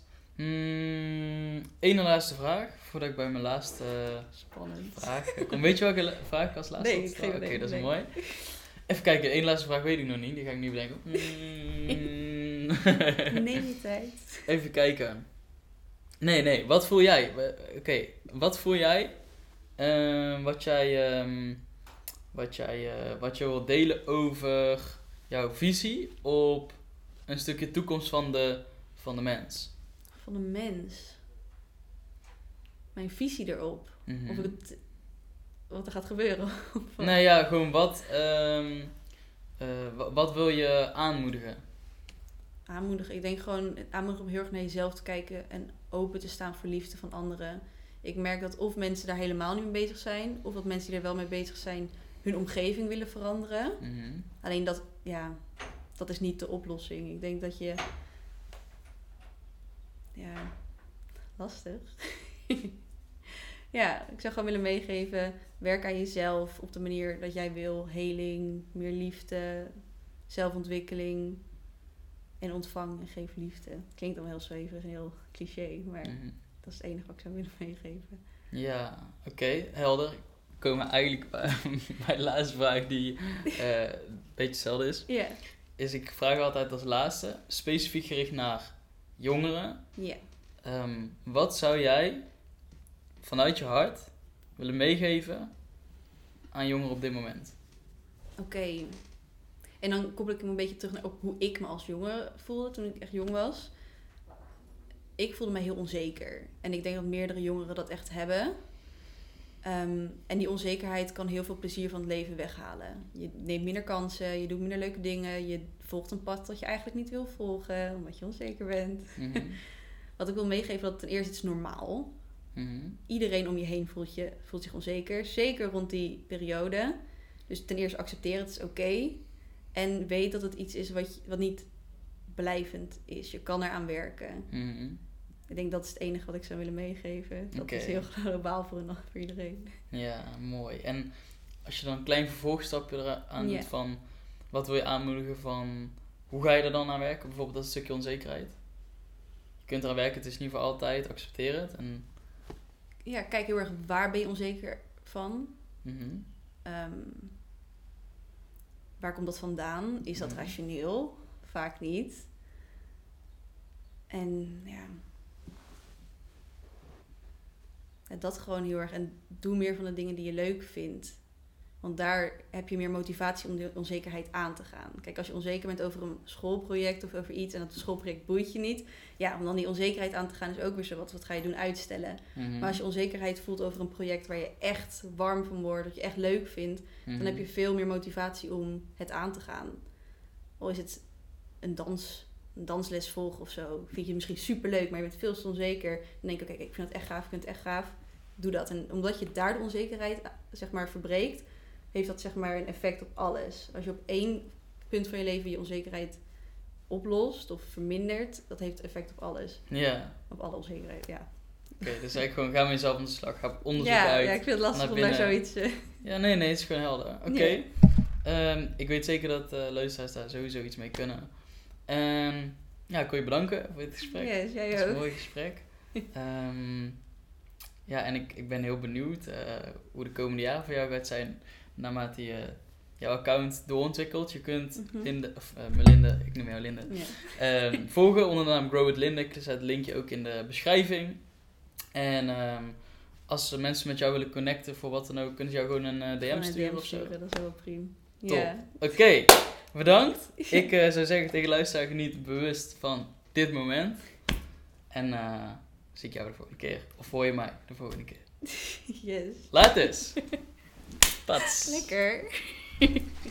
Ene laatste vraag, voordat ik bij mijn laatste vraag kom. Weet je welke vraag ik als laatste had? Nee, ik geen idee. Oké, dat is mooi. Even kijken, één laatste vraag weet ik nog niet. Die ga ik nu bedenken. Neem je tijd. Even kijken. Nee, wat voel jij? Oké, wat voel jij? Wat je wil delen over jouw visie op een stukje toekomst van de mens. Van de mens. Mijn visie erop. Of wat er gaat gebeuren. Nee, ja, gewoon wat wil je aanmoedigen? Aanmoedigen. Ik denk gewoon aanmoedigen om heel erg naar jezelf te kijken en open te staan voor liefde van anderen. Ik merk dat of mensen daar helemaal niet mee bezig zijn, of dat mensen die er wel mee bezig zijn, hun omgeving willen veranderen. Mm-hmm. Alleen dat is niet de oplossing. Ik denk dat je... Ja, lastig. Ja, ik zou gewoon willen meegeven, werk aan jezelf op de manier dat jij wil. Heling, meer liefde, zelfontwikkeling en ontvang en geef liefde. Klinkt dan wel heel zweverig en heel cliché, maar dat is het enige wat ik zou willen meegeven. Ja, oké, helder. We komen eigenlijk bij de laatste vraag die een beetje hetzelfde is. Ja. Is ik vraag altijd als laatste, specifiek gericht naar jongeren. Ja. Wat zou jij vanuit je hart willen meegeven aan jongeren op dit moment? Oké. En dan koppel ik hem een beetje terug naar ook hoe ik me als jongen voelde toen ik echt jong was. Ik voelde me heel onzeker. En ik denk dat meerdere jongeren dat echt hebben. En die onzekerheid kan heel veel plezier van het leven weghalen. Je neemt minder kansen, je doet minder leuke dingen. Je volgt een pad dat je eigenlijk niet wil volgen, omdat je onzeker bent. Mm-hmm. Wat ik wil meegeven, dat ten eerste het is normaal. Mm-hmm. Iedereen om je heen voelt zich onzeker. Zeker rond die periode. Dus ten eerste accepteer het is oké. En weet dat het iets is wat niet blijvend is. Je kan eraan werken. Mm-hmm. Ik denk dat is het enige wat ik zou willen meegeven. Dat is heel globaal voor iedereen. Ja, mooi. En als je dan een klein vervolgstapje eraan doet van... Wat wil je aanmoedigen van... Hoe ga je er dan aan werken? Bijvoorbeeld dat stukje onzekerheid. Je kunt eraan werken, het is niet voor altijd. Accepteer het. En... Ja, kijk heel erg waar ben je onzeker van. Mm-hmm. Waar komt dat vandaan? Is dat rationeel? Vaak niet. En ja... Dat gewoon heel erg. En doe meer van de dingen die je leuk vindt. Want daar heb je meer motivatie om de onzekerheid aan te gaan. Kijk, als je onzeker bent over een schoolproject of over iets... en dat schoolproject boeit je niet... ja, om dan die onzekerheid aan te gaan is ook weer zo... wat ga je doen? Uitstellen. Mm-hmm. Maar als je onzekerheid voelt over een project... waar je echt warm van wordt... dat je echt leuk vindt... dan heb je veel meer motivatie om het aan te gaan. Al is het een dansles volgen of zo... vind je het misschien superleuk... maar je bent veel te onzeker... dan denk je, oké, ik vind het echt gaaf... ik vind het echt gaaf... doe dat. En omdat je daar de onzekerheid zeg maar verbreekt... heeft dat zeg maar een effect op alles. Als je op één punt van je leven je onzekerheid oplost of vermindert... dat heeft effect op alles. Ja. Op alle onzekerheid, ja. Oké, dus eigenlijk gewoon ga met jezelf aan de slag. Ga onderzoek uit. Ja, ik vind het lastig om daar zoiets... Ja, nee, het is gewoon helder. Oké. Ik weet zeker dat luisteraars daar sowieso iets mee kunnen. Ja, ik wil je bedanken voor dit gesprek. Yes, jij ook. Het is een mooi gesprek. Ja, en ik ben heel benieuwd hoe de komende jaren voor jou gaat zijn... naarmate je jouw account doorontwikkelt. Je kunt Melinde, ik noem jou Linde, volgen onder de naam Grow with Linde. Ik zet het linkje ook in de beschrijving. En als mensen met jou willen connecten voor wat dan ook... kunnen ze jou gewoon een DM sturen of zo. Dat is wel prima. Top. Yeah. Oké, bedankt. Ik zou zeggen tegen luisteraar, geniet bewust van dit moment. En zie ik jou de volgende keer. Of hoor je mij de volgende keer. Yes. Laat eens. Pats. Lekker.